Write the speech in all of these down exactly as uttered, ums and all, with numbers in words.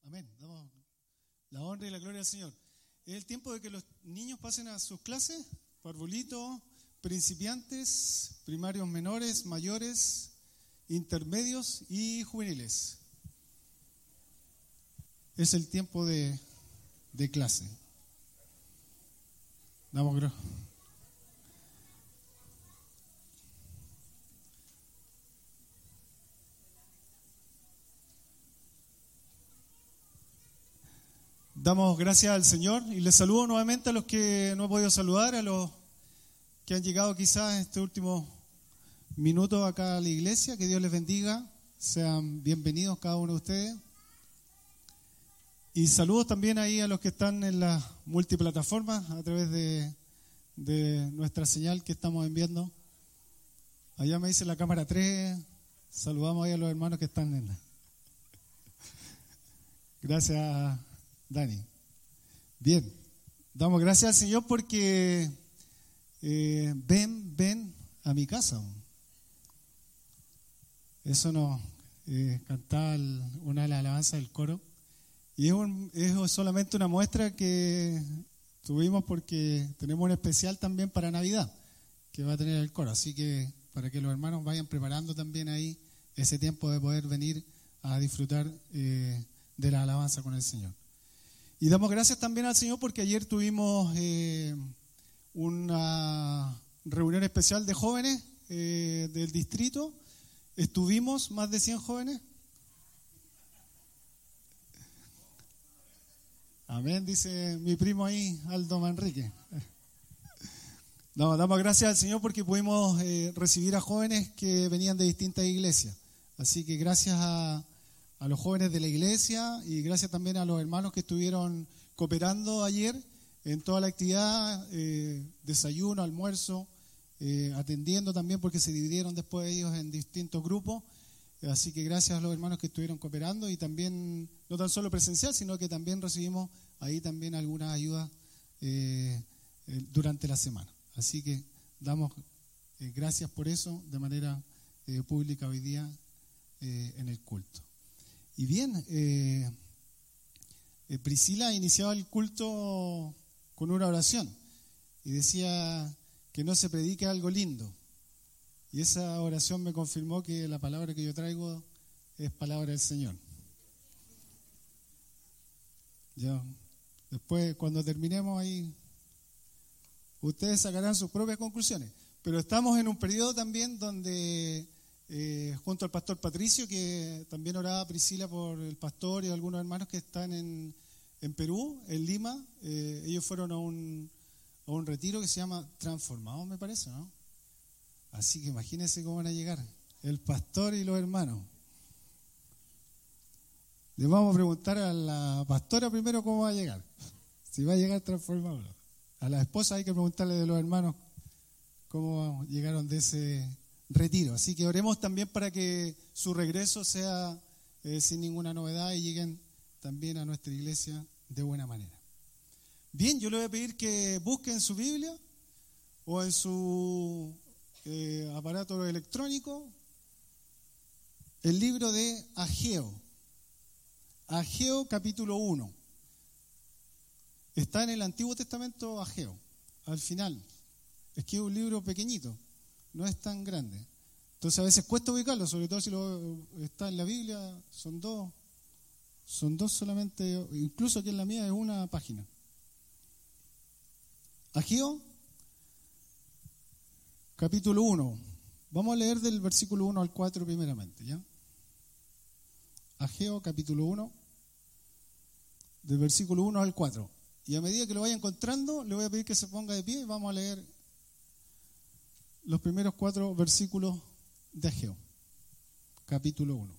Amén. Damos la honra y la gloria al Señor. Es el tiempo de que los niños pasen a sus clases, parvulitos, principiantes, primarios menores, mayores, intermedios y juveniles. Es el tiempo de, de clase. Damos gracias. Damos gracias al Señor y les saludo nuevamente a los que no he podido saludar, a los que han llegado quizás en este último minuto acá a la iglesia. Que Dios les bendiga, sean bienvenidos cada uno de ustedes. Y saludos también ahí a los que están en las multiplataformas a través de, de nuestra señal que estamos enviando. Allá me dice la cámara tres, saludamos ahí a los hermanos que están en la... Gracias, Dani. Bien, damos gracias al Señor porque eh, ven, ven a mi casa. Eso nos eh, cantaba el, una de las alabanzas del coro. Y es, un, es solamente una muestra que tuvimos porque tenemos un especial también para Navidad que va a tener el coro. Así que para que los hermanos vayan preparando también ahí ese tiempo de poder venir a disfrutar eh, de la alabanza con el Señor. Y damos gracias también al Señor porque ayer tuvimos eh, una reunión especial de jóvenes eh, del distrito. Estuvimos más de cien jóvenes. Amén, dice mi primo ahí, Aldo Manrique. No, damos gracias al Señor porque pudimos eh, recibir a jóvenes que venían de distintas iglesias. Así que gracias a, a los jóvenes de la iglesia y gracias también a los hermanos que estuvieron cooperando ayer en toda la actividad, eh, desayuno, almuerzo, eh, atendiendo también porque se dividieron después ellos en distintos grupos. Así que gracias a los hermanos que estuvieron cooperando y también, no tan solo presencial, sino que también recibimos ahí también algunas ayudas eh, eh, durante la semana. Así que damos eh, gracias por eso de manera eh, pública hoy día eh, en el culto. Y bien, eh, eh, Priscila iniciaba el culto con una oración y decía que no se predique algo lindo. Y esa oración me confirmó que la palabra que yo traigo es palabra del Señor. Ya, después, cuando terminemos ahí, ustedes sacarán sus propias conclusiones. Pero estamos en un periodo también donde, eh, junto al pastor Patricio, que también oraba Priscila por el pastor y algunos hermanos que están en, en Perú, en Lima, eh, ellos fueron a un, a un retiro que se llama Transformados, me parece, ¿no? Así que imagínense cómo van a llegar el pastor y los hermanos. Le vamos a preguntar a la pastora primero cómo va a llegar. Si va a llegar transformado. A la esposa hay que preguntarle de los hermanos cómo llegaron de ese retiro. Así que oremos también para que su regreso sea eh, sin ninguna novedad y lleguen también a nuestra iglesia de buena manera. Bien, yo le voy a pedir que busquen su Biblia o en su... Eh, aparato electrónico, el libro de Ageo, Ageo capítulo uno. Está en el Antiguo Testamento Ageo, al final. Es que es un libro pequeñito, no es tan grande. Entonces a veces cuesta ubicarlo, sobre todo si lo está en la Biblia, son dos, son dos solamente, incluso aquí en la mía es una página. Ageo capítulo uno. Vamos a leer del versículo uno al cuatro primeramente, ¿ya? Ageo capítulo uno, del versículo uno al cuatro. Y a medida que lo vaya encontrando, le voy a pedir que se ponga de pie y vamos a leer los primeros cuatro versículos de Ageo, capítulo uno.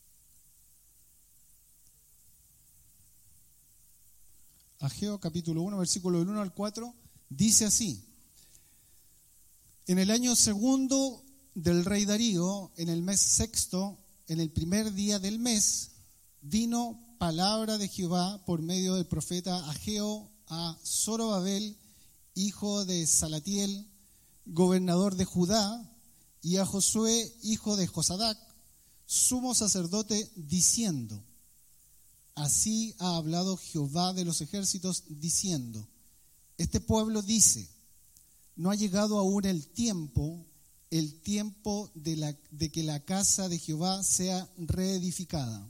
Ageo capítulo uno, versículo del uno al cuatro, dice así: En el año segundo del rey Darío, en el mes sexto, en el primer día del mes, vino palabra de Jehová por medio del profeta Ageo a Zorobabel, hijo de Salatiel, gobernador de Judá, y a Josué, hijo de Josadac, sumo sacerdote, diciendo: así ha hablado Jehová de los ejércitos, diciendo, este pueblo dice, no ha llegado aún el tiempo, el tiempo de, la, de que la casa de Jehová sea reedificada.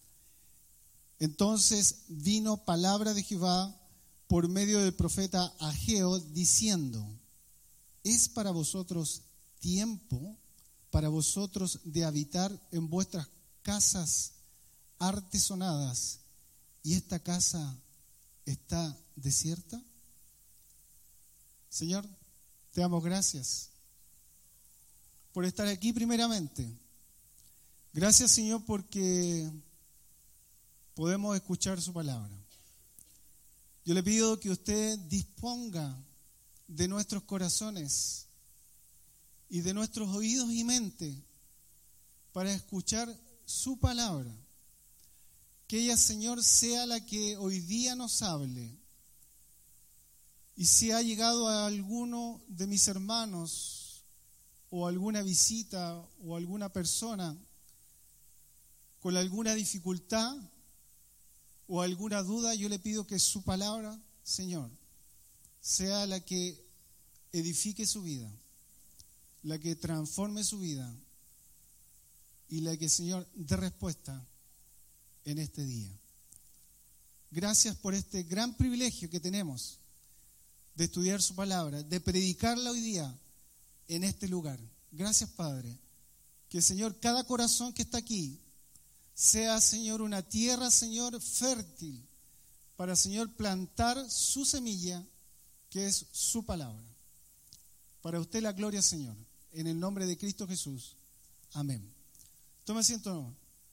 Entonces vino palabra de Jehová por medio del profeta Ageo, diciendo, ¿es para vosotros tiempo, para vosotros de habitar en vuestras casas artesonadas, y esta casa está desierta? Señor, te damos gracias por estar aquí primeramente. Gracias, Señor, porque podemos escuchar su palabra. Yo le pido que usted disponga de nuestros corazones y de nuestros oídos y mente para escuchar su palabra. Que ella, Señor, sea la que hoy día nos hable. Y si ha llegado a alguno de mis hermanos o alguna visita o alguna persona con alguna dificultad o alguna duda, yo le pido que su palabra, Señor, sea la que edifique su vida, la que transforme su vida y la que, Señor, dé respuesta en este día. Gracias por este gran privilegio que tenemos de estudiar su palabra, de predicarla hoy día en este lugar. Gracias, Padre. Que, Señor, cada corazón que está aquí sea, Señor, una tierra, Señor, fértil para, Señor, plantar su semilla, que es su palabra. Para usted la gloria, Señor, en el nombre de Cristo Jesús. Amén. Tome asiento, ¿no?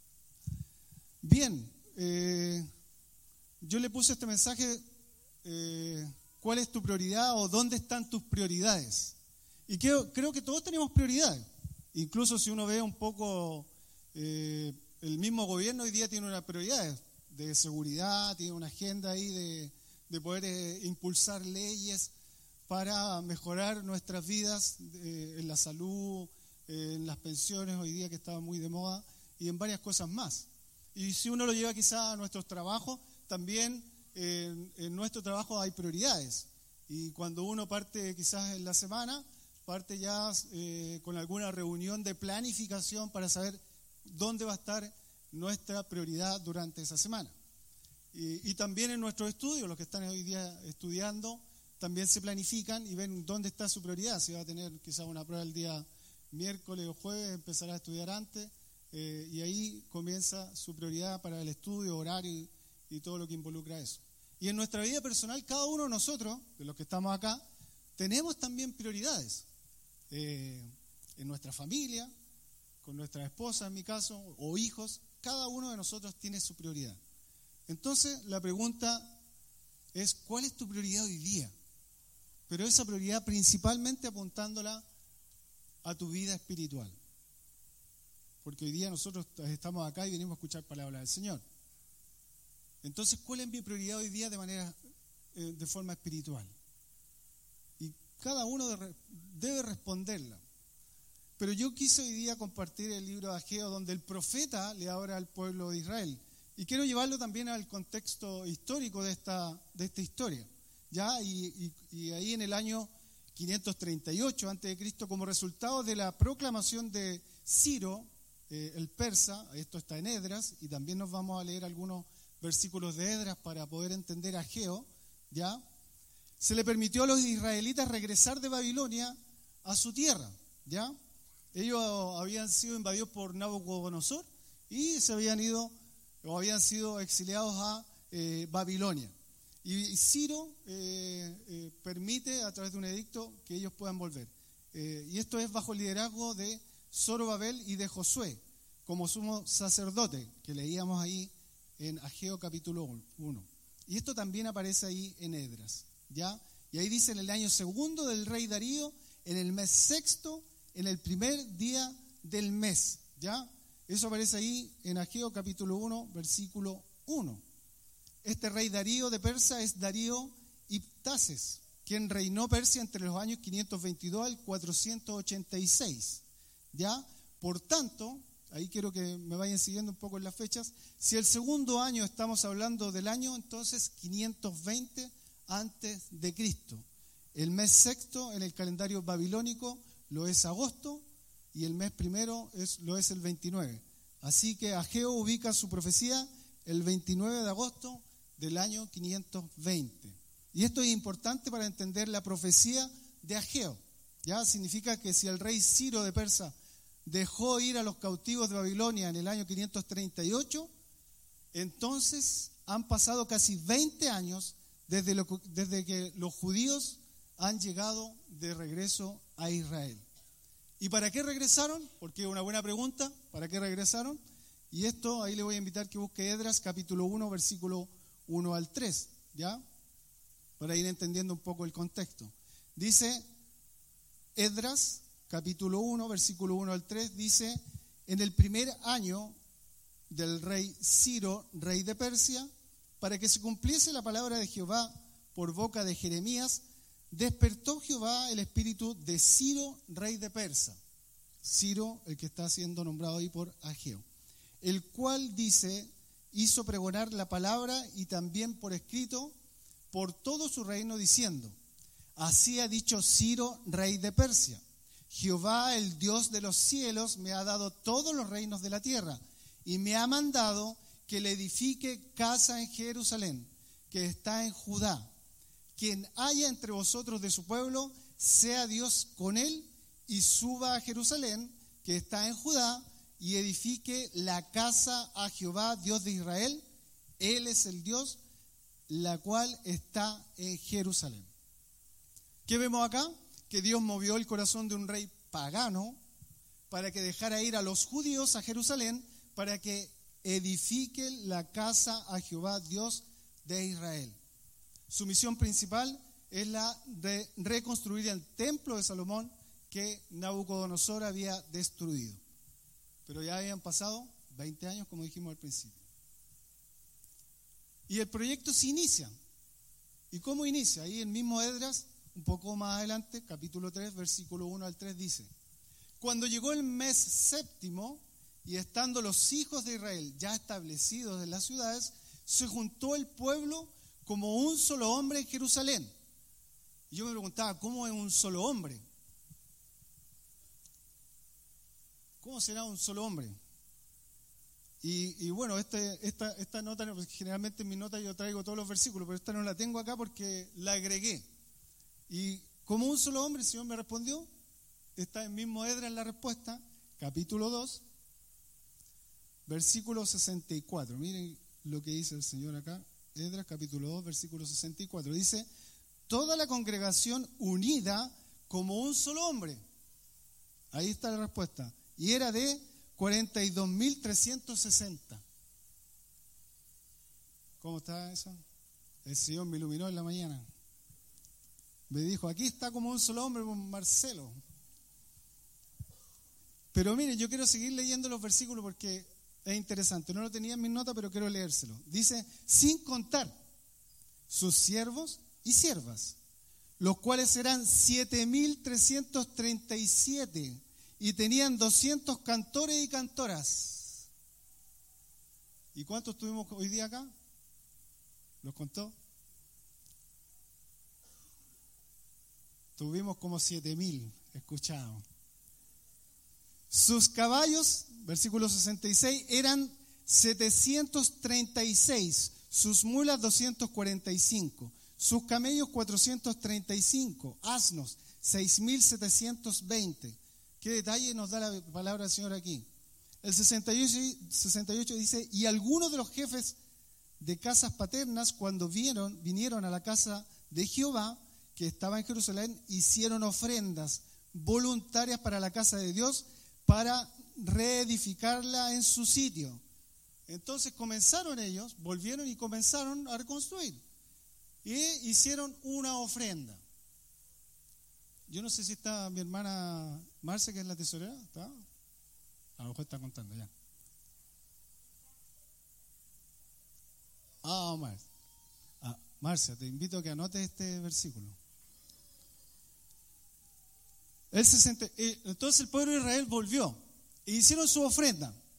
Bien, eh, yo le puse este mensaje, eh, ¿cuál es tu prioridad o dónde están tus prioridades? Y creo, creo que todos tenemos prioridades. Incluso si uno ve un poco, eh, el mismo gobierno hoy día tiene unas prioridades de seguridad, tiene una agenda ahí de, de poder eh, impulsar leyes para mejorar nuestras vidas eh, en la salud, eh, en las pensiones hoy día que está muy de moda y en varias cosas más. Y si uno lo lleva quizá a nuestros trabajos, también eh, en, en nuestro trabajo hay prioridades. Y cuando uno parte quizás en la semana, parte ya eh, con alguna reunión de planificación para saber dónde va a estar nuestra prioridad durante esa semana. Y, y también en nuestros estudios, los que están hoy día estudiando, también se planifican y ven dónde está su prioridad. Si va a tener quizás una prueba el día miércoles o jueves, empezará a estudiar antes. Eh, y ahí comienza su prioridad para el estudio, horario y, y todo lo que involucra eso. Y en nuestra vida personal, cada uno de nosotros, de los que estamos acá, tenemos también prioridades. Eh, en nuestra familia, con nuestra esposa en mi caso, o hijos, cada uno de nosotros tiene su prioridad. Entonces la pregunta es, ¿cuál es tu prioridad hoy día? Pero esa prioridad principalmente apuntándola a tu vida espiritual. Porque hoy día nosotros estamos acá y venimos a escuchar palabras del Señor. Entonces, ¿cuál es mi prioridad hoy día de manera, eh, de forma espiritual? Y cada uno de, debe responderla. Pero yo quise hoy día compartir el libro de Ageo, donde el profeta le habla al pueblo de Israel. Y quiero llevarlo también al contexto histórico de esta, de esta historia. ¿Ya? Y, y, y ahí en el año quinientos treinta y ocho antes de Cristo, como resultado de la proclamación de Ciro, eh, el persa, esto está en Esdras, y también nos vamos a leer algunos versículos de Esdras para poder entender a Ageo, ¿ya? Se le permitió a los israelitas regresar de Babilonia a su tierra, ¿ya? Ellos habían sido invadidos por Nabucodonosor y se habían ido o habían sido exiliados a eh, Babilonia. Y Ciro eh, eh, permite a través de un edicto que ellos puedan volver. Eh, y esto es bajo el liderazgo de Zorobabel y de Josué, como sumo sacerdote, que leíamos ahí en Ageo capítulo uno. Y esto también aparece ahí en Esdras, ¿ya? Y ahí dice en el año segundo del rey Darío, en el mes sexto, en el primer día del mes, ¿ya? Eso aparece ahí en Ageo capítulo uno, versículo uno. Este rey Darío de Persia es Darío Iptases, quien reinó Persia entre los años quinientos veintidós al cuatrocientos ochenta y seis, ¿ya? Por tanto, ahí quiero que me vayan siguiendo un poco en las fechas. Si el segundo año estamos hablando del año, entonces quinientos veinte antes de Cristo. El mes sexto en el calendario babilónico lo es agosto y el mes primero es, lo es el veintinueve. Así que Ageo ubica su profecía el veintinueve de agosto del año quinientos veinte. Y esto es importante para entender la profecía de Ageo. Ya significa que si el rey Ciro de Persia dejó ir a los cautivos de Babilonia en el año quinientos treinta y ocho, entonces han pasado casi veinte años desde, lo, desde que los judíos han llegado de regreso a Israel. ¿Y para qué regresaron? Porque es una buena pregunta. ¿Para qué regresaron? Y esto, ahí le voy a invitar que busque Esdras capítulo uno, versículo uno al tres, ¿ya? Para ir entendiendo un poco el contexto. Dice Esdras capítulo uno, versículo uno al tres, dice: en el primer año del rey Ciro, rey de Persia, para que se cumpliese la palabra de Jehová por boca de Jeremías, despertó Jehová el espíritu de Ciro, rey de Persia. Ciro, el que está siendo nombrado ahí por Ageo, el cual, dice, hizo pregonar la palabra y también por escrito por todo su reino, diciendo: así ha dicho Ciro, rey de Persia: Jehová, el Dios de los cielos, me ha dado todos los reinos de la tierra y me ha mandado que le edifique casa en Jerusalén, que está en Judá. Quien haya entre vosotros de su pueblo, sea Dios con él, y suba a Jerusalén, que está en Judá, y edifique la casa a Jehová, Dios de Israel. Él es el Dios, la cual está en Jerusalén. ¿Qué vemos acá? Que Dios movió el corazón de un rey pagano para que dejara ir a los judíos a Jerusalén para que edifique la casa a Jehová, Dios de Israel. Su misión principal es la de reconstruir el templo de Salomón que Nabucodonosor había destruido. Pero ya habían pasado veinte años, como dijimos al principio. Y el proyecto se inicia. ¿Y cómo inicia? Ahí el mismo Esdras, un poco más adelante, capítulo tres, versículo uno al tres, dice: cuando llegó el mes séptimo, y estando los hijos de Israel ya establecidos en las ciudades, se juntó el pueblo como un solo hombre en Jerusalén. Y yo me preguntaba, ¿cómo es un solo hombre? ¿Cómo será un solo hombre? Y, y bueno, este, esta, esta nota, generalmente en mi nota yo traigo todos los versículos, pero esta no la tengo acá porque la agregué. Y como un solo hombre, el Señor me respondió, está en mismo Esdras en la respuesta, capítulo dos, versículo sesenta y cuatro. Miren lo que dice el Señor acá. Esdras capítulo dos, versículo sesenta y cuatro. Dice: toda la congregación unida como un solo hombre. Ahí está la respuesta. Y era de cuarenta y dos mil trescientos sesenta. ¿Cómo está eso? El Señor me iluminó en la mañana. Me dijo, aquí está como un solo hombre, Marcelo. Pero miren, yo quiero seguir leyendo los versículos porque es interesante. No lo tenía en mis notas, pero quiero leérselo. Dice: sin contar sus siervos y siervas, los cuales eran siete mil trescientos treinta y siete, y tenían doscientos cantores y cantoras. ¿Y cuántos tuvimos hoy día acá? ¿Los contó? Tuvimos como siete mil, escuchamos. Sus caballos, versículo sesenta y seis, eran setecientos treinta y seis, sus mulas doscientos cuarenta y cinco, sus camellos cuatrocientos treinta y cinco, asnos seis mil setecientos veinte. ¿Qué detalle nos da la palabra del Señor aquí? El sesenta y ocho dice: y algunos de los jefes de casas paternas, cuando vieron, vinieron a la casa de Jehová, que estaba en Jerusalén, hicieron ofrendas voluntarias para la casa de Dios, para reedificarla en su sitio. Entonces comenzaron ellos, volvieron y comenzaron a reconstruir. Y hicieron una ofrenda. Yo no sé si está mi hermana Marcia, que es la tesorera. ¿Está? A lo mejor está contando ya. Ah, Marcia. Ah, Marcia, te invito a que anotes este versículo. El sesenta, eh, entonces el pueblo de Israel volvió e hicieron su ofrenda.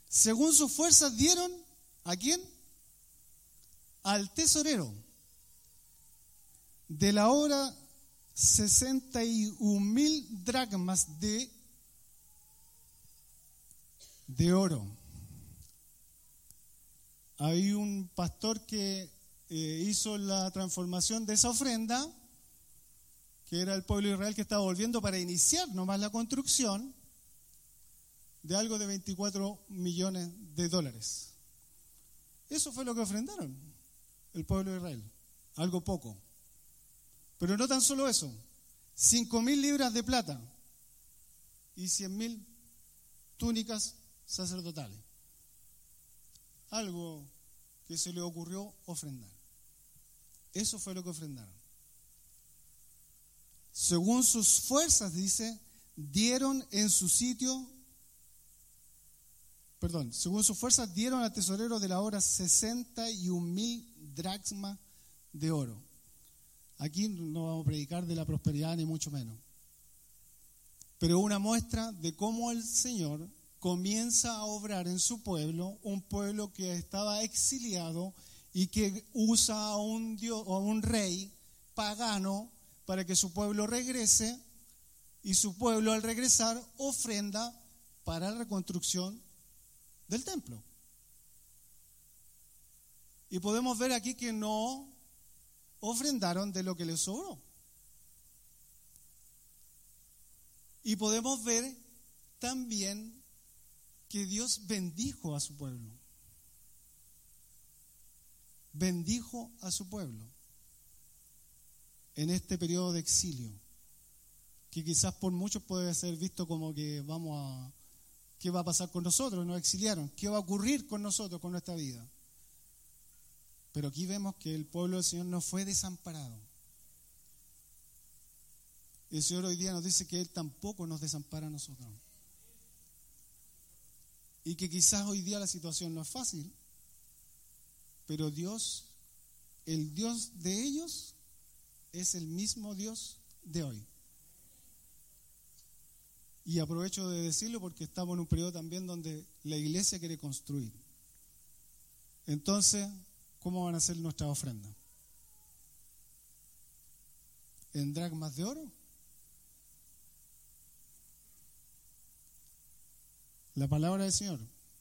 Según sus fuerzas dieron, ¿a quién? Al tesorero. De la obra, sesenta y un mil dracmas de, de oro. Hay un pastor que eh, hizo la transformación de esa ofrenda, que era el pueblo de Israel que estaba volviendo para iniciar nomás la construcción, de algo de veinticuatro millones de dólares. Eso fue lo que ofrendaron el pueblo de Israel, algo poco. Pero no tan solo eso, cinco mil libras de plata y cien mil túnicas sacerdotales. Algo que se le ocurrió ofrendar. Eso fue lo que ofrendaron. Según sus fuerzas, dice, dieron en su sitio, perdón, según sus fuerzas dieron al tesorero de la obra sesenta y un mil dracmas de oro. Aquí no vamos a predicar de la prosperidad ni mucho menos, pero una muestra de cómo el Señor comienza a obrar en su pueblo, un pueblo que estaba exiliado y que usa a un dios o a un rey pagano para que su pueblo regrese, y su pueblo al regresar ofrenda para la reconstrucción del templo. Y podemos ver aquí que no ofrendaron de lo que les sobró. Y podemos ver también que Dios bendijo a su pueblo. Bendijo a su pueblo en este periodo de exilio, que quizás por muchos puede ser visto como que vamos a, ¿qué va a pasar con nosotros? Nos exiliaron, ¿qué va a ocurrir con nosotros, con nuestra vida? Pero aquí vemos que el pueblo del Señor no fue desamparado. El Señor hoy día nos dice que Él tampoco nos desampara a nosotros. Y que quizás hoy día la situación no es fácil, pero Dios, el Dios de ellos, es el mismo Dios de hoy. Y aprovecho de decirlo porque estamos en un periodo también donde la iglesia quiere construir. Entonces, ¿cómo van a ser nuestras ofrendas? ¿En dracmas de oro? La palabra del Señor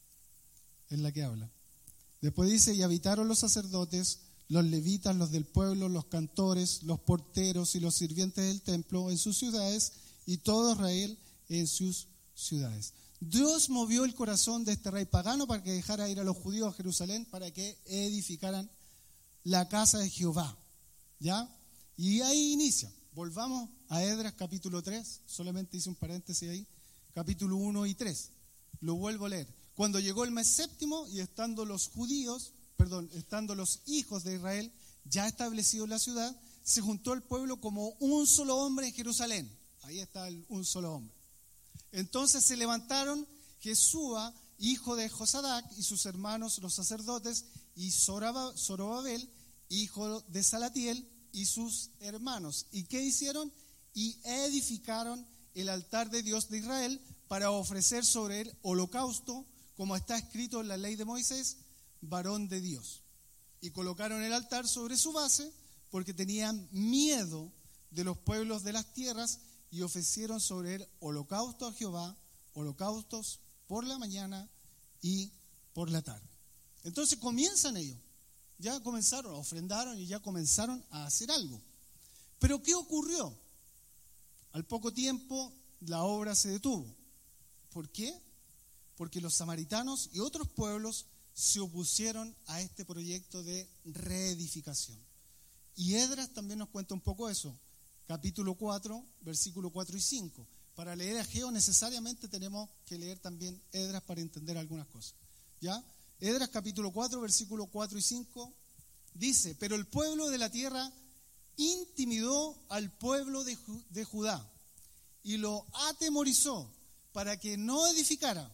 es la que habla. Después dice, y habitaron los sacerdotes, los levitas, los del pueblo, los cantores, los porteros y los sirvientes del templo en sus ciudades, y todo Israel en sus ciudades. Dios movió el corazón de este rey pagano para que dejara ir a los judíos a Jerusalén para que edificaran la casa de Jehová. ¿Ya? Y ahí inicia. Volvamos a Esdras capítulo tres, solamente hice un paréntesis ahí, capítulo uno y tres. Lo vuelvo a leer. Cuando llegó el mes séptimo y estando los judíos, perdón, estando los hijos de Israel ya establecidos en la ciudad, se juntó el pueblo como un solo hombre en Jerusalén. Ahí está el un solo hombre. Entonces se levantaron Jesúa, hijo de Josadac, y sus hermanos los sacerdotes, y Zorobabel, hijo de Salatiel, y sus hermanos. ¿Y qué hicieron? Y edificaron el altar de Dios de Israel para ofrecer sobre él holocausto, como está escrito en la ley de Moisés, varón de Dios. Y colocaron el altar sobre su base, porque tenían miedo de los pueblos de las tierras, y ofrecieron sobre él holocausto a Jehová, holocaustos por la mañana y por la tarde. Entonces comienzan ellos, ya comenzaron, ofrendaron y ya comenzaron a hacer algo. Pero ¿qué ocurrió? Al poco tiempo la obra se detuvo. ¿Por qué? Porque los samaritanos y otros pueblos se opusieron a este proyecto de reedificación. Y Esdras también nos cuenta un poco eso. Capítulo cuatro, versículo cuatro y cinco. Para leer Ageo necesariamente tenemos que leer también Esdras para entender algunas cosas. ¿Ya? Esdras capítulo cuatro, versículo cuatro y cinco dice, pero el pueblo de la tierra intimidó al pueblo de, de Judá y lo atemorizó para que no edificara.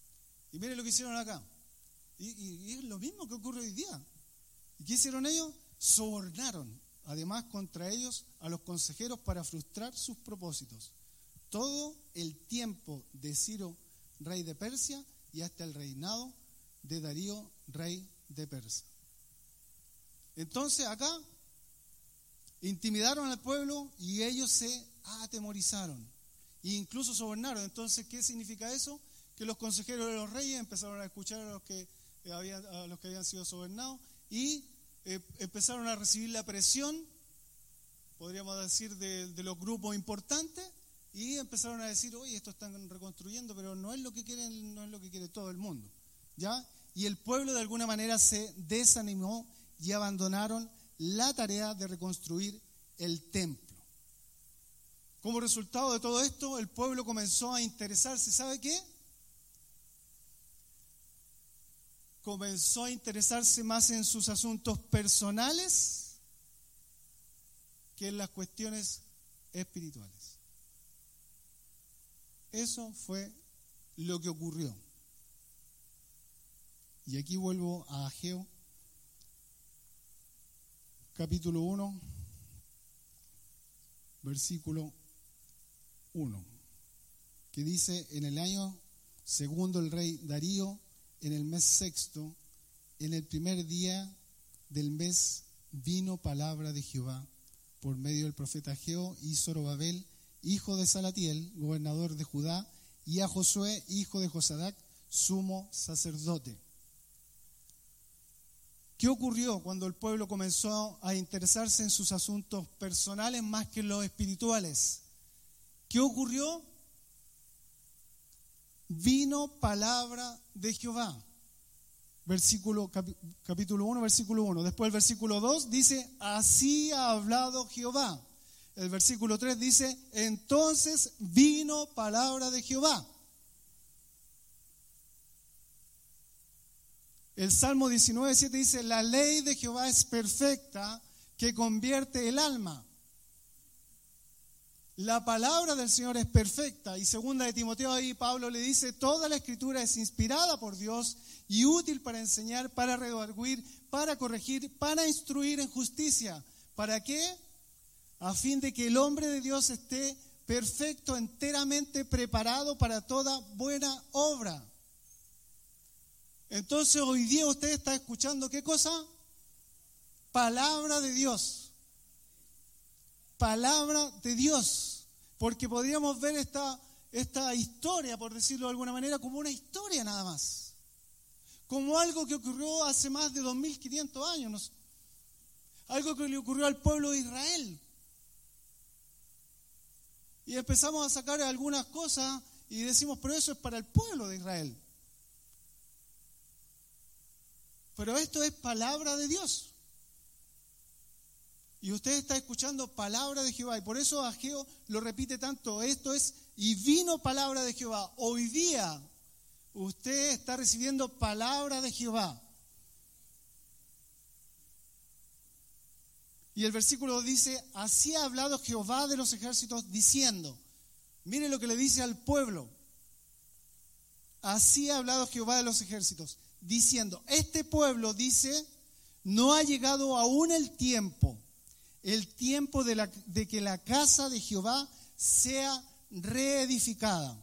Y miren lo que hicieron acá. Y, y, y es lo mismo que ocurre hoy día. ¿Y qué hicieron ellos? Sobornaron, además, contra ellos a los consejeros para frustrar sus propósitos. Todo el tiempo de Ciro, rey de Persia, y hasta el reinado de Darío, rey de Persia. Entonces acá intimidaron al pueblo y ellos se atemorizaron e incluso sobornaron. Entonces, ¿qué significa eso? Que los consejeros de los reyes empezaron a escuchar a los que, eh, habían, a los que habían sido sobornados y eh, empezaron a recibir la presión, podríamos decir, de, de los grupos importantes, y empezaron a decir, oye, esto están reconstruyendo, pero no es lo que quieren, no es lo que quiere todo el mundo, ¿ya? Y el pueblo de alguna manera se desanimó y abandonaron la tarea de reconstruir el templo. Como resultado de todo esto, el pueblo comenzó a interesarse, ¿sabe qué? Comenzó a interesarse más en sus asuntos personales que en las cuestiones espirituales. Eso fue lo que ocurrió. Y aquí vuelvo a Ageo, capítulo uno, versículo uno, que dice: en el año segundo el rey Darío, en el mes sexto, en el primer día del mes, vino palabra de Jehová por medio del profeta Ageo y Zorobabel, hijo de Salatiel, gobernador de Judá, y a Josué, hijo de Josadac, sumo sacerdote. ¿Qué ocurrió cuando el pueblo comenzó a interesarse en sus asuntos personales más que en los espirituales? ¿Qué ocurrió? Vino palabra de Jehová. Versículo, capítulo uno, versículo uno. Después el versículo dos dice: así ha hablado Jehová. El versículo tres dice: entonces vino palabra de Jehová. El Salmo diecinueve, siete dice: la ley de Jehová es perfecta, que convierte el alma. La palabra del Señor es perfecta. Y segunda de Timoteo, ahí Pablo le dice: toda la escritura es inspirada por Dios y útil para enseñar, para redarguir, para corregir, para instruir en justicia. ¿Para qué? A fin de que el hombre de Dios esté perfecto, enteramente preparado para toda buena obra. Entonces hoy día usted está escuchando, ¿qué cosa? Palabra de Dios. Palabra de Dios. Porque podríamos ver esta, esta historia, por decirlo de alguna manera, como una historia nada más. Como algo que ocurrió hace más de dos mil quinientos años. Algo que le ocurrió al pueblo de Israel. Y empezamos a sacar algunas cosas y decimos, pero eso es para el pueblo de Israel. Pero esto es palabra de Dios. Y usted está escuchando palabra de Jehová. Y por eso Ageo lo repite tanto. Esto es, y vino palabra de Jehová. Hoy día usted está recibiendo palabra de Jehová. Y el versículo dice: así ha hablado Jehová de los ejércitos diciendo. Mire lo que le dice al pueblo. Así ha hablado Jehová de los ejércitos diciendo. Este pueblo dice: no ha llegado aún el tiempo, el tiempo de, la, de que la casa de Jehová sea reedificada.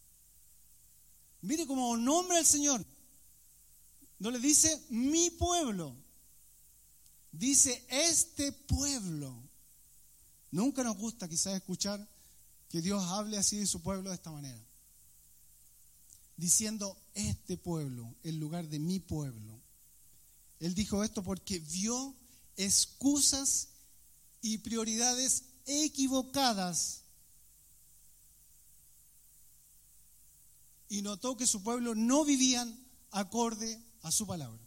Mire cómo nombra el Señor. No le dice mi pueblo. Dice este pueblo. Nunca nos gusta quizás escuchar que Dios hable así de su pueblo de esta manera. Diciendo este pueblo en lugar de mi pueblo. Él dijo esto porque vio excusas y prioridades equivocadas y notó que su pueblo no vivían acorde a su palabra.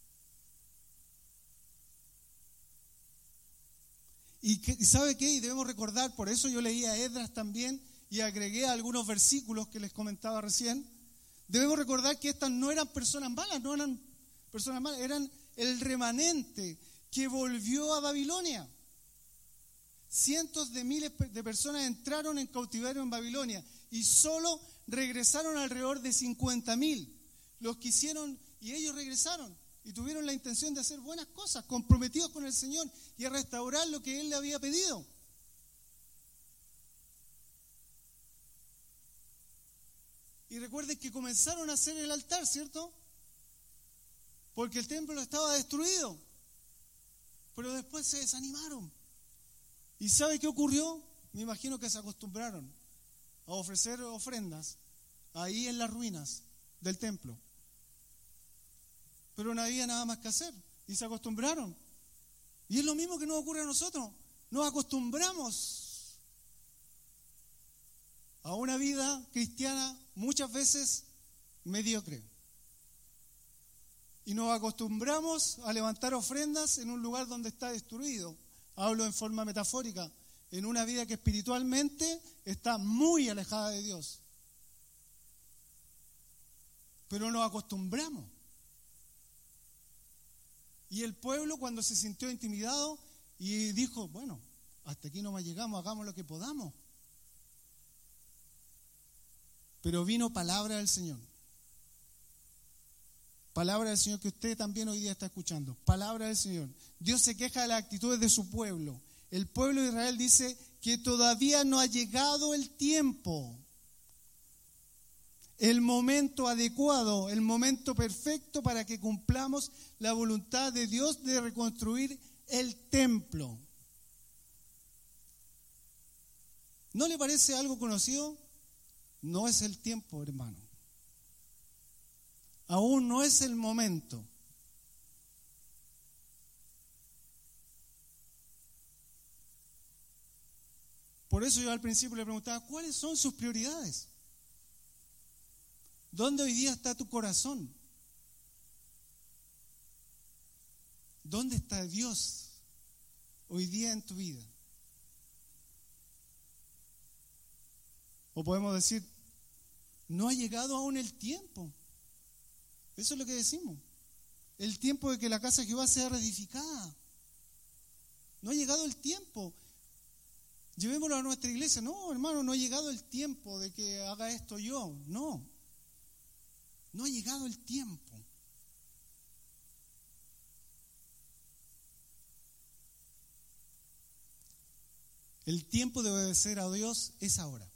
Y, que, y ¿sabe qué? Y debemos recordar, por eso yo leí a Esdras también y agregué algunos versículos que les comentaba recién. Debemos recordar que estas no eran personas malas, no eran personas malas, eran el remanente que volvió a Babilonia. Cientos de miles de personas entraron en cautiverio en Babilonia y solo regresaron alrededor de cincuenta mil. Los que hicieron, y ellos regresaron y tuvieron la intención de hacer buenas cosas, comprometidos con el Señor y a restaurar lo que Él le había pedido. Y recuerden que comenzaron a hacer el altar, ¿cierto? Porque el templo estaba destruido. Pero después se desanimaron. ¿Y sabe qué ocurrió? Me imagino que se acostumbraron a ofrecer ofrendas ahí en las ruinas del templo. Pero no había nada más que hacer. Y se acostumbraron. Y es lo mismo que nos ocurre a nosotros. Nos acostumbramos a una vida cristiana muchas veces mediocre. Y nos acostumbramos a levantar ofrendas en un lugar donde está destruido. Hablo en forma metafórica, en una vida que espiritualmente está muy alejada de Dios. Pero nos acostumbramos. Y el pueblo, cuando se sintió intimidado y dijo, bueno, hasta aquí nomás llegamos, hagamos lo que podamos. Pero vino palabra del Señor. Palabra del Señor que usted también hoy día está escuchando. Palabra del Señor. Dios se queja de las actitudes de su pueblo. El pueblo de Israel dice que todavía no ha llegado el tiempo, el momento adecuado, el momento perfecto para que cumplamos la voluntad de Dios de reconstruir el templo. ¿No le parece algo conocido? No es el tiempo, hermano. Aún no es el momento. Por eso yo al principio le preguntaba, ¿cuáles son sus prioridades? ¿Dónde hoy día está tu corazón? ¿Dónde está Dios hoy día en tu vida? O podemos decir, no ha llegado aún el tiempo. Eso es lo que decimos. El tiempo de que la casa de Jehová sea reedificada. No ha llegado el tiempo. Llevémoslo a nuestra iglesia. No, hermano, no ha llegado el tiempo de que haga esto yo. No. No ha llegado el tiempo. El tiempo de obedecer a Dios es ahora.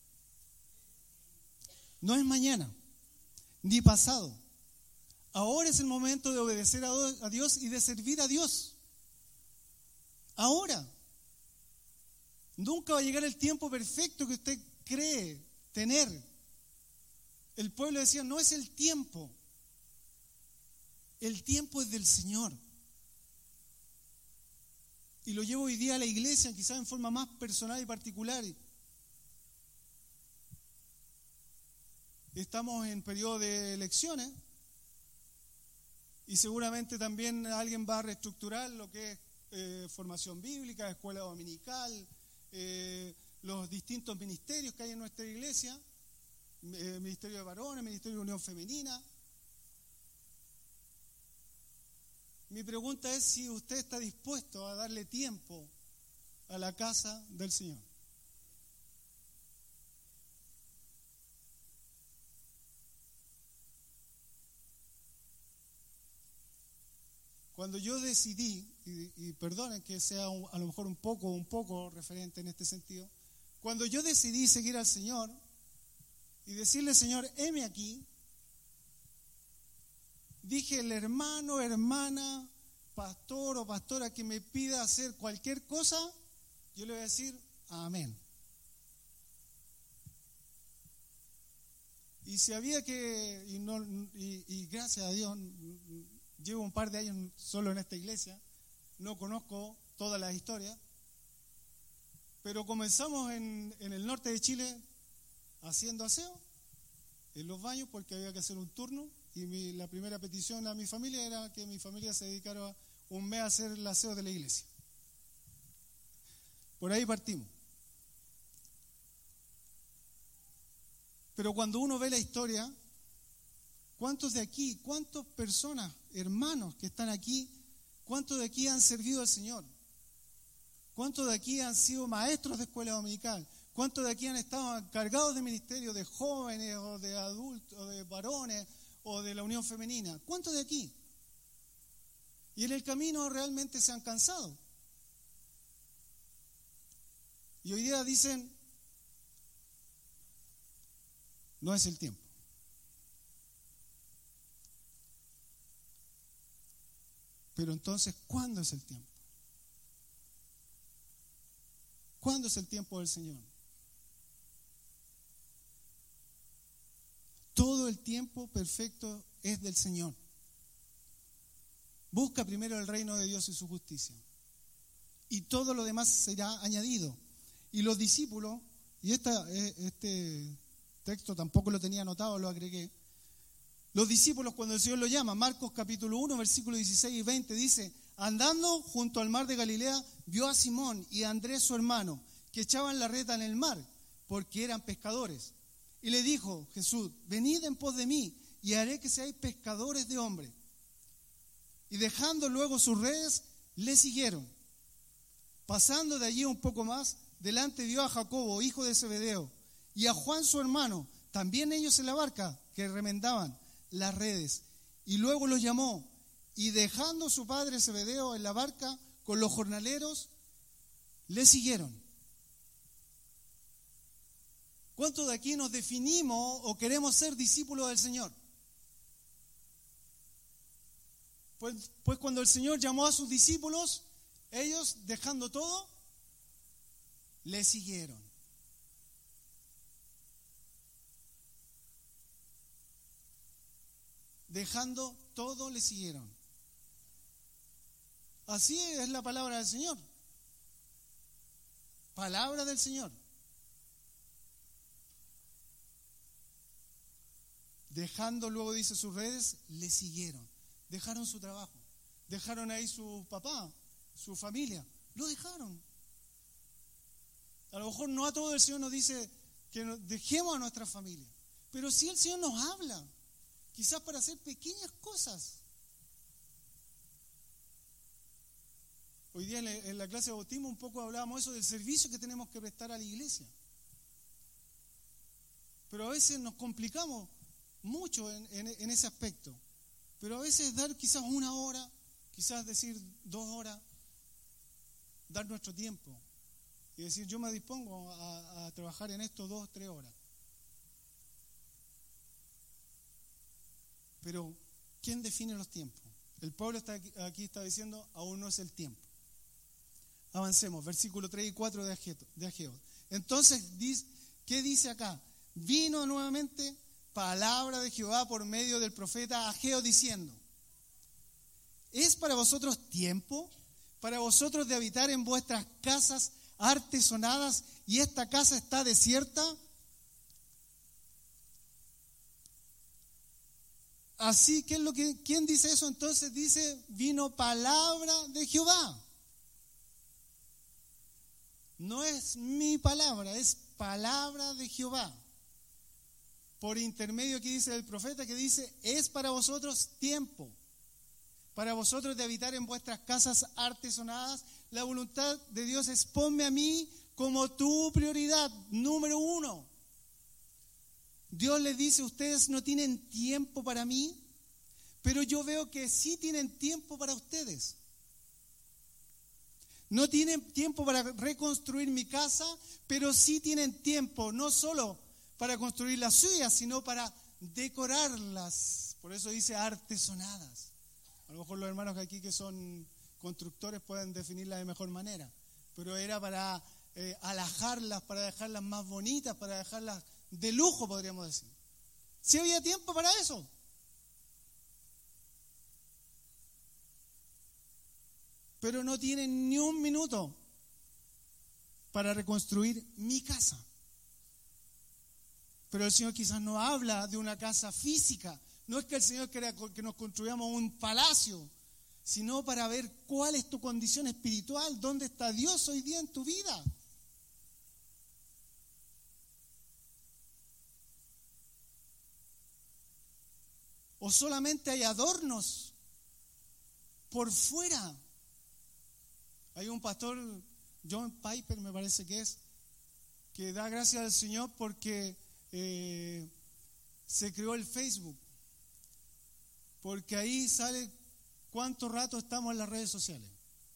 No es mañana, ni pasado. Ahora es el momento de obedecer a Dios y de servir a Dios. Ahora. Nunca va a llegar el tiempo perfecto que usted cree tener. El pueblo decía, no es el tiempo. El tiempo es del Señor. Y lo llevo hoy día a la iglesia, quizás en forma más personal y particular. Estamos en periodo de elecciones y seguramente también alguien va a reestructurar lo que es eh, formación bíblica, escuela dominical, eh, los distintos ministerios que hay en nuestra iglesia, eh, ministerio de varones, ministerio de unión femenina. Mi pregunta es si usted está dispuesto a darle tiempo a la casa del Señor. Cuando yo decidí, y, y perdonen que sea un, a lo mejor un poco, un poco referente en este sentido, cuando yo decidí seguir al Señor y decirle, Señor, heme aquí, dije, el hermano, hermana, pastor o pastora que me pida hacer cualquier cosa, yo le voy a decir, amén. Y si había que, y, no, y, y gracias a Dios, llevo un par de años solo en esta iglesia, no conozco todas las historias, pero comenzamos en, en el norte de Chile haciendo aseo en los baños porque había que hacer un turno y mi, la primera petición a mi familia era que mi familia se dedicara un mes a hacer el aseo de la iglesia. Por ahí partimos. Pero cuando uno ve la historia, ¿cuántos de aquí, cuántas personas, hermanos que están aquí, cuántos de aquí han servido al Señor? ¿Cuántos de aquí han sido maestros de escuela dominical? ¿Cuántos de aquí han estado encargados de ministerio de jóvenes o de adultos, o de varones o de la unión femenina? ¿Cuántos de aquí? Y en el camino realmente se han cansado. Y hoy día dicen, no es el tiempo. Pero entonces, ¿cuándo es el tiempo? ¿Cuándo es el tiempo del Señor? Todo el tiempo perfecto es del Señor. Busca primero el reino de Dios y su justicia. Y todo lo demás será añadido. Y los discípulos, y esta, este texto tampoco lo tenía anotado, lo agregué. Los discípulos, cuando el Señor lo llama, Marcos capítulo uno, versículos dieciséis y veinte, dice: andando junto al mar de Galilea, vio a Simón y a Andrés su hermano, que echaban la red en el mar, porque eran pescadores. Y le dijo Jesús: venid en pos de mí, y haré que seáis pescadores de hombres. Y dejando luego sus redes, le siguieron. Pasando de allí un poco más, delante vio a Jacobo, hijo de Zebedeo, y a Juan su hermano, también ellos en la barca, que remendaban las redes. Y luego los llamó, y dejando su padre Zebedeo en la barca con los jornaleros, le siguieron. ¿Cuántos de aquí nos definimos o queremos ser discípulos del Señor? Pues, pues cuando el Señor llamó a sus discípulos, ellos, dejando todo, le siguieron. Dejando todo, le siguieron. Así es la palabra del Señor. Palabra del Señor. Dejando, luego dice, sus redes, le siguieron. Dejaron su trabajo. Dejaron ahí su papá, su familia. Lo dejaron. A lo mejor no a todo el Señor nos dice que nos dejemos a nuestra familia. Pero sí el Señor nos habla. Quizás para hacer pequeñas cosas. Hoy día en la clase de bautismo un poco hablábamos eso del servicio que tenemos que prestar a la iglesia. Pero a veces nos complicamos mucho en, en, en ese aspecto. Pero a veces dar quizás una hora, quizás decir dos horas, dar nuestro tiempo y decir: yo me dispongo a, a trabajar en esto dos, tres horas. Pero, ¿quién define los tiempos? El pueblo está aquí, aquí está diciendo: aún no es el tiempo. Avancemos, versículo tres y cuatro de Ageo. Entonces, ¿qué dice acá? Vino nuevamente palabra de Jehová por medio del profeta Ageo diciendo: ¿es para vosotros tiempo, para vosotros de habitar en vuestras casas artesonadas, y esta casa está desierta? Así, ¿qué es lo que, ¿quién dice eso? Entonces dice: vino palabra de Jehová. No es mi palabra, es palabra de Jehová. Por intermedio aquí dice el profeta, que dice: es para vosotros tiempo, para vosotros de habitar en vuestras casas artesonadas. La voluntad de Dios es: ponme a mí como tu prioridad número uno. Dios les dice: ustedes no tienen tiempo para mí, pero yo veo que sí tienen tiempo para ustedes. No tienen tiempo para reconstruir mi casa, pero sí tienen tiempo, no solo para construir las suyas, sino para decorarlas. Por eso dice artesonadas. A lo mejor los hermanos aquí que son constructores pueden definirlas de mejor manera, pero era para eh, alajarlas, para dejarlas más bonitas, para dejarlas de lujo, podríamos decir. ¿Sí había tiempo para eso? Pero no tienen ni un minuto para reconstruir mi casa. Pero el Señor quizás no habla de una casa física. No es que el Señor quiera que nos construyamos un palacio, sino para ver cuál es tu condición espiritual, dónde está Dios hoy día en tu vida. O solamente hay adornos por fuera. Hay un pastor, John Piper me parece que es, que da gracias al Señor porque eh, se creó el Facebook. Porque ahí sale cuánto rato estamos en las redes sociales.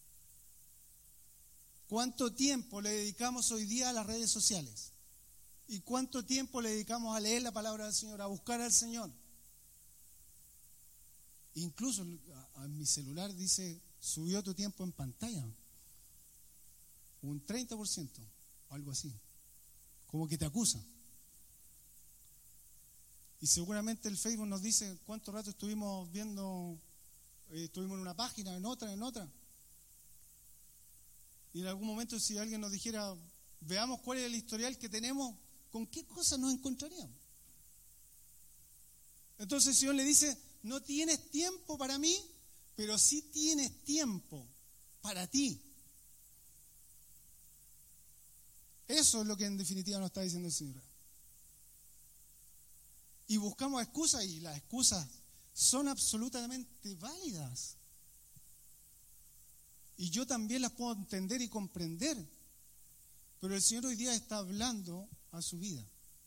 Cuánto tiempo le dedicamos hoy día a las redes sociales. Y cuánto tiempo le dedicamos a leer la palabra del Señor, a buscar al Señor. Incluso a, a mi celular dice, subió tu tiempo en pantalla. Un treinta por ciento, algo así. Como que te acusa. Y seguramente el Facebook nos dice cuánto rato estuvimos viendo, eh, estuvimos en una página, en otra, en otra. Y en algún momento si alguien nos dijera, veamos cuál es el historial que tenemos, ¿con qué cosas nos encontraríamos? Entonces el Señor le dice, no tienes tiempo para mí, pero sí tienes tiempo para ti. Eso es lo que en definitiva nos está diciendo el Señor. Y buscamos excusas, y las excusas son absolutamente válidas. Y yo también las puedo entender y comprender. Pero el Señor hoy día está hablando a su vida.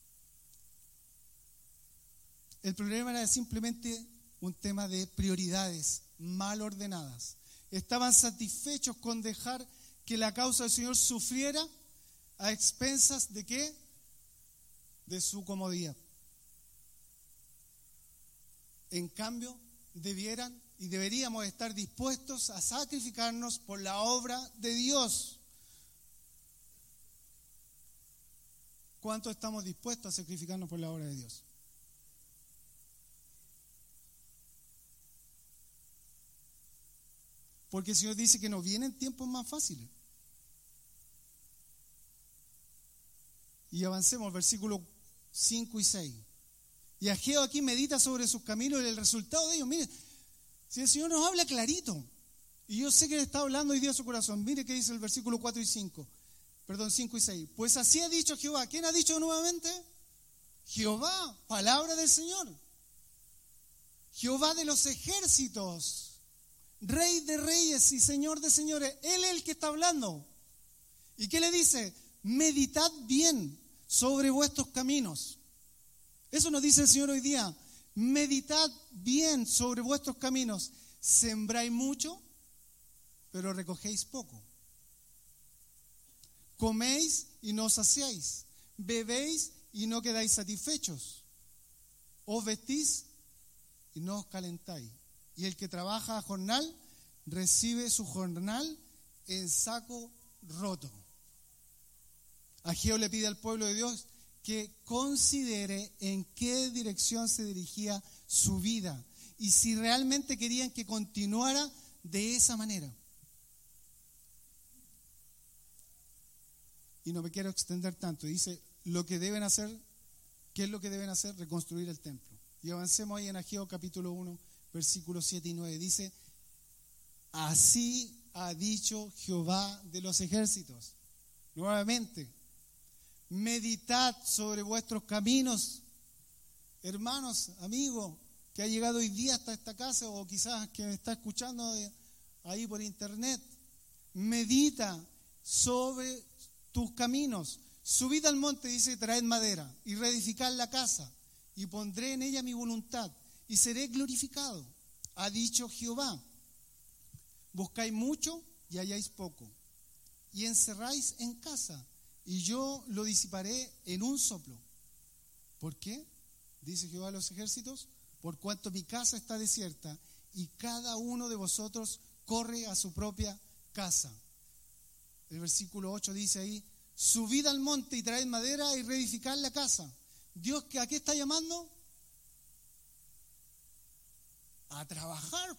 El problema era simplemente un tema de prioridades mal ordenadas. Estaban satisfechos con dejar que la causa del Señor sufriera a expensas de ¿qué? De su comodidad. En cambio, debieran y deberíamos estar dispuestos a sacrificarnos por la obra de Dios. ¿Cuánto estamos dispuestos a sacrificarnos por la obra de Dios? Porque el Señor dice que nos vienen tiempos más fáciles. Y avancemos, versículos cinco y seis. Y Ageo aquí medita sobre sus caminos y el resultado de ellos. Mire, si el Señor nos habla clarito, y yo sé que le está hablando hoy día a su corazón, mire qué dice el versículo cuatro y cinco. Perdón, cinco y seis. Pues así ha dicho Jehová. ¿Quién ha dicho nuevamente? Jehová, palabra del Señor. Jehová de los ejércitos, Rey de reyes y Señor de señores. Él es el que está hablando. ¿Y qué le dice? Meditad bien sobre vuestros caminos. Eso nos dice el Señor hoy día. Meditad bien sobre vuestros caminos. Sembráis mucho, pero recogéis poco. Coméis y no os saciáis. Bebéis y no quedáis satisfechos. Os vestís y no os calentáis. Y el que trabaja a jornal recibe su jornal en saco roto. Ageo le pide al pueblo de Dios que considere en qué dirección se dirigía su vida y si realmente querían que continuara de esa manera. Y no me quiero extender tanto. Dice, lo que deben hacer, ¿qué es lo que deben hacer? Reconstruir el templo. Y avancemos ahí en Ageo capítulo uno, versículos siete y nueve. Dice, así ha dicho Jehová de los ejércitos. Nuevamente, meditad sobre vuestros caminos. Hermanos, amigos, que ha llegado hoy día hasta esta casa o quizás que me está escuchando ahí por internet, medita sobre tus caminos. Subid al monte, dice, traed madera y reedificad la casa y pondré en ella mi voluntad y seré glorificado. Ha dicho Jehová. Buscáis mucho y halláis poco, y encerráis en casa, y yo lo disiparé en un soplo. ¿Por qué? Dice Jehová de los ejércitos, por cuanto mi casa está desierta, y cada uno de vosotros corre a su propia casa. El versículo ocho dice ahí, subid al monte y traed madera y reedificad la casa. Dios, ¿a qué está llamando? A trabajar.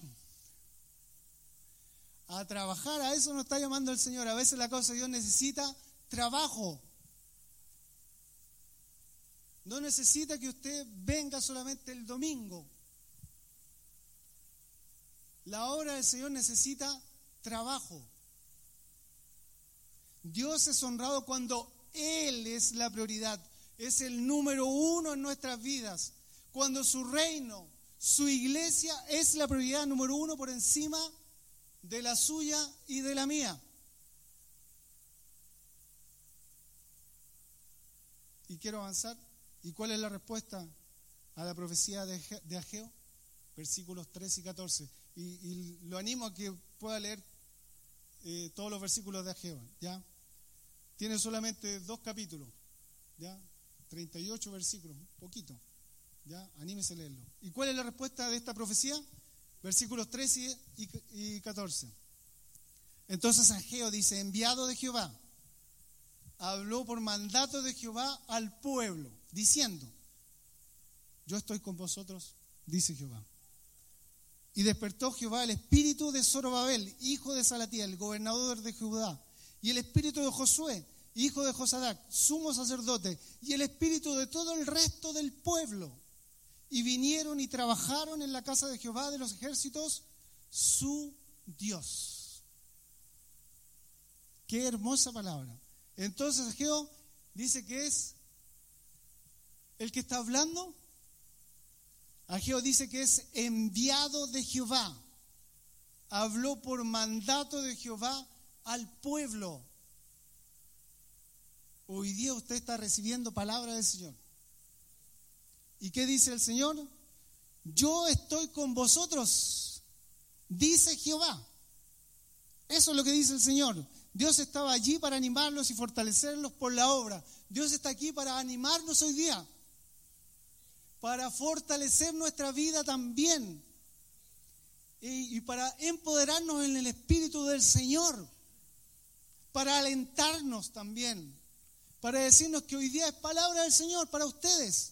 A trabajar, a eso nos está llamando el Señor. A veces la cosa de Dios necesita trabajo. No necesita que usted venga solamente el domingo. La obra del Señor necesita trabajo. Dios es honrado cuando Él es la prioridad, es el número uno en nuestras vidas. Cuando su reino, su iglesia es la prioridad número uno por encima de la suya y de la mía. Y quiero avanzar. ¿Y cuál es la respuesta a la profecía de Ageo? Versículos trece y catorce. Y, y lo animo a que pueda leer eh, todos los versículos de Ageo, ¿ya? Tiene solamente dos capítulos, ¿ya? treinta y ocho versículos, poquito, ¿ya? Anímese a leerlo. ¿Y cuál es la respuesta de esta profecía? versículos trece y catorce. Entonces Ageo dice, enviado de Jehová, habló por mandato de Jehová al pueblo, diciendo, yo estoy con vosotros, dice Jehová. Y despertó Jehová el espíritu de Zorobabel, hijo de Salatiel, gobernador de Judá, y el espíritu de Josué, hijo de Josadac, sumo sacerdote, y el espíritu de todo el resto del pueblo. Y vinieron y trabajaron en la casa de Jehová de los ejércitos, su Dios. Qué hermosa palabra. Entonces Ageo dice que es el que está hablando. Ageo dice que es enviado de Jehová. Habló por mandato de Jehová al pueblo. Hoy día usted está recibiendo palabra del Señor. ¿Y qué dice el Señor? Yo estoy con vosotros, dice Jehová. Eso es lo que dice el Señor. Dios estaba allí para animarlos y fortalecerlos por la obra. Dios está aquí para animarnos hoy día, para fortalecer nuestra vida también y, y para empoderarnos en el Espíritu del Señor, para alentarnos también, para decirnos que hoy día es palabra del Señor para ustedes.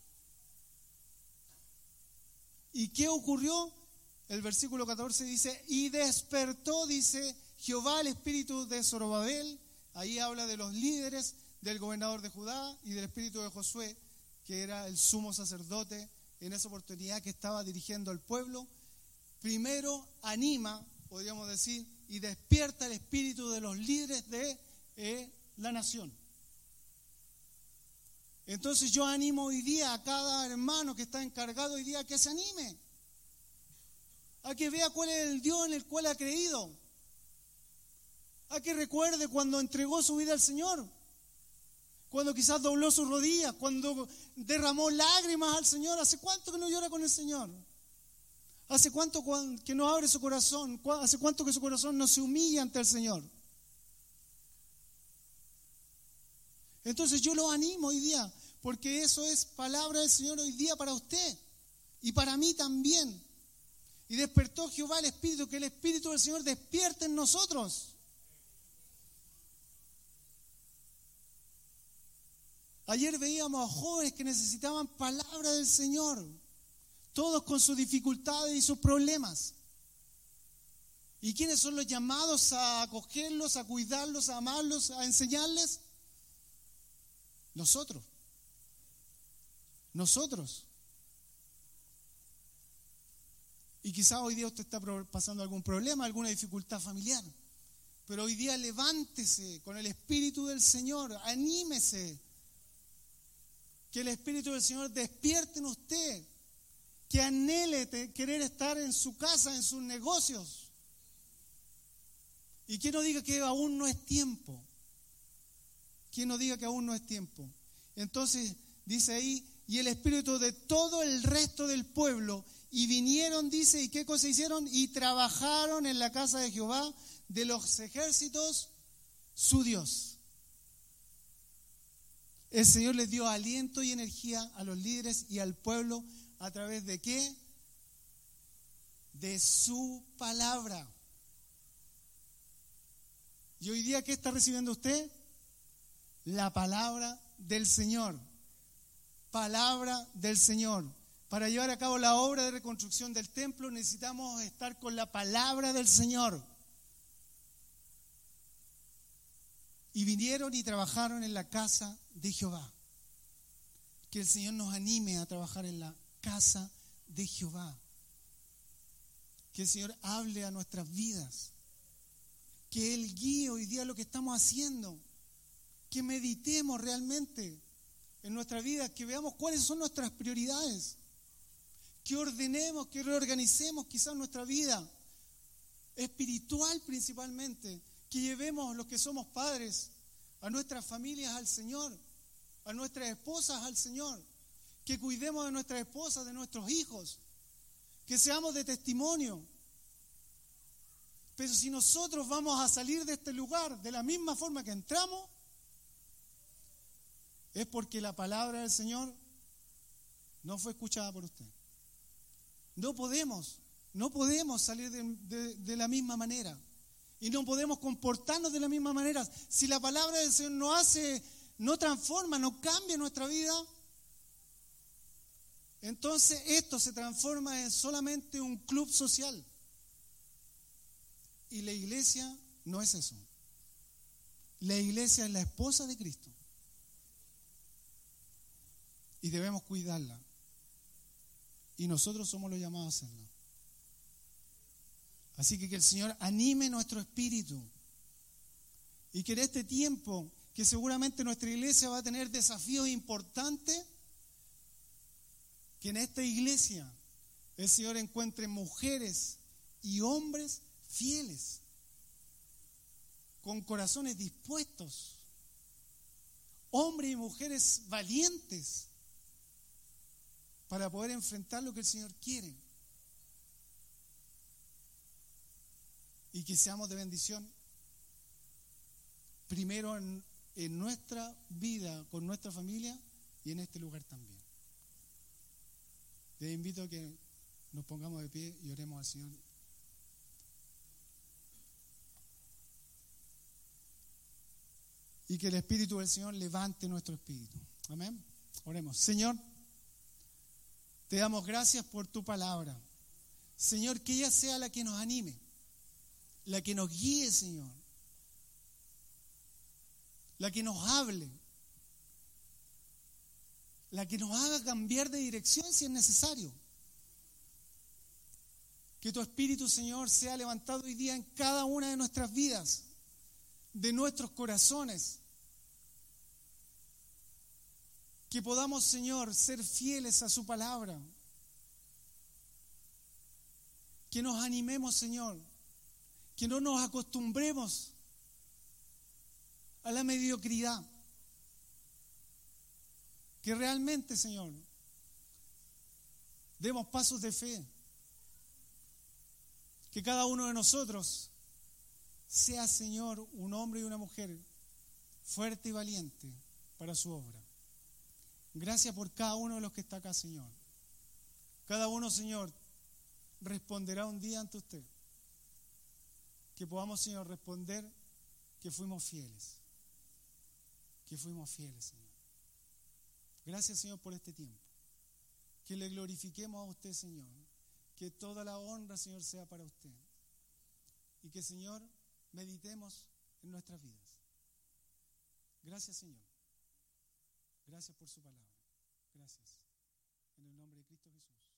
¿Y qué ocurrió? El versículo catorce dice, y despertó, dice Jehová, el espíritu de Zorobabel. Ahí habla de los líderes, del gobernador de Judá y del espíritu de Josué, que era el sumo sacerdote en esa oportunidad que estaba dirigiendo al pueblo. Primero anima, podríamos decir, y despierta el espíritu de los líderes de eh, la nación. Entonces yo animo hoy día a cada hermano que está encargado hoy día a que se anime, a que vea cuál es el Dios en el cual ha creído, a que recuerde cuando entregó su vida al Señor, cuando quizás dobló sus rodillas, cuando derramó lágrimas al Señor. ¿Hace cuánto que no llora con el Señor? ¿Hace cuánto que no abre su corazón? ¿Hace cuánto que su corazón no se humilla ante el Señor? Entonces yo lo animo hoy día, porque eso es palabra del Señor hoy día para usted y para mí también. Y despertó Jehová el Espíritu, que el Espíritu del Señor despierte en nosotros. Ayer veíamos a jóvenes que necesitaban palabra del Señor, todos con sus dificultades y sus problemas. ¿Y quiénes son los llamados a acogerlos, a cuidarlos, a amarlos, a enseñarles? Nosotros. Nosotros. Y quizás hoy día usted está pasando algún problema, alguna dificultad familiar. Pero hoy día levántese con el Espíritu del Señor, anímese. Que el Espíritu del Señor despierte en usted, que anhele querer estar en su casa, en sus negocios. Y que no diga que aún no es tiempo. Que no diga que aún no es tiempo. Entonces dice ahí, y el Espíritu de todo el resto del pueblo, y vinieron, dice, ¿y qué cosa hicieron? Y trabajaron en la casa de Jehová de los ejércitos, su Dios. El Señor les dio aliento y energía a los líderes y al pueblo, ¿a través de qué? De su palabra. ¿Y hoy día qué está recibiendo usted? La palabra del Señor. Palabra del Señor. Para llevar a cabo la obra de reconstrucción del templo necesitamos estar con la palabra del Señor. Y vinieron y trabajaron en la casa de Jehová. Que el Señor nos anime a trabajar en la casa de Jehová. Que el Señor hable a nuestras vidas. Que Él guíe hoy día lo que estamos haciendo. Que meditemos realmente en nuestra vida. Que veamos cuáles son nuestras prioridades. Que ordenemos, que reorganicemos quizás nuestra vida espiritual principalmente. Que llevemos los que somos padres a nuestras familias al Señor, a nuestras esposas al Señor, que cuidemos de nuestras esposas, de nuestros hijos, que seamos de testimonio. Pero si nosotros vamos a salir de este lugar de la misma forma que entramos, es porque la palabra del Señor no fue escuchada por usted. No podemos No podemos salir de, de, de la misma manera. Y no podemos comportarnos de la misma manera. Si la palabra del Señor no hace, no transforma, no cambia nuestra vida, entonces esto se transforma en solamente un club social. Y la iglesia no es eso. La iglesia es la esposa de Cristo. Y debemos cuidarla. Y nosotros somos los llamados a hacerlo. Así que que el Señor anime nuestro espíritu. Y que en este tiempo, que seguramente nuestra iglesia va a tener desafíos importantes, que en esta iglesia el Señor encuentre mujeres y hombres fieles, con corazones dispuestos, hombres y mujeres valientes, para poder enfrentar lo que el Señor quiere. Y que seamos de bendición, primero en, en nuestra vida, con nuestra familia y en este lugar también. Les invito a que nos pongamos de pie y oremos al Señor. Y que el Espíritu del Señor levante nuestro espíritu. Amén. Oremos. Señor, te damos gracias por tu palabra. Señor, que ella sea la que nos anime, la que nos guíe, Señor, la que nos hable, la que nos haga cambiar de dirección si es necesario. Que tu Espíritu, Señor, sea levantado hoy día en cada una de nuestras vidas, de nuestros corazones. Que podamos, Señor, ser fieles a su palabra. Que nos animemos, Señor. Que no nos acostumbremos a la mediocridad. Que realmente, Señor, demos pasos de fe. Que cada uno de nosotros sea, Señor, un hombre y una mujer fuerte y valiente para su obra. Gracias por cada uno de los que está acá, Señor. Cada uno, Señor, responderá un día ante usted. Que podamos, Señor, responder que fuimos fieles. Que fuimos fieles, Señor. Gracias, Señor, por este tiempo. Que le glorifiquemos a usted, Señor. Que toda la honra, Señor, sea para usted. Y que, Señor, meditemos en nuestras vidas. Gracias, Señor. Gracias por su palabra. Gracias. En el nombre de Cristo Jesús.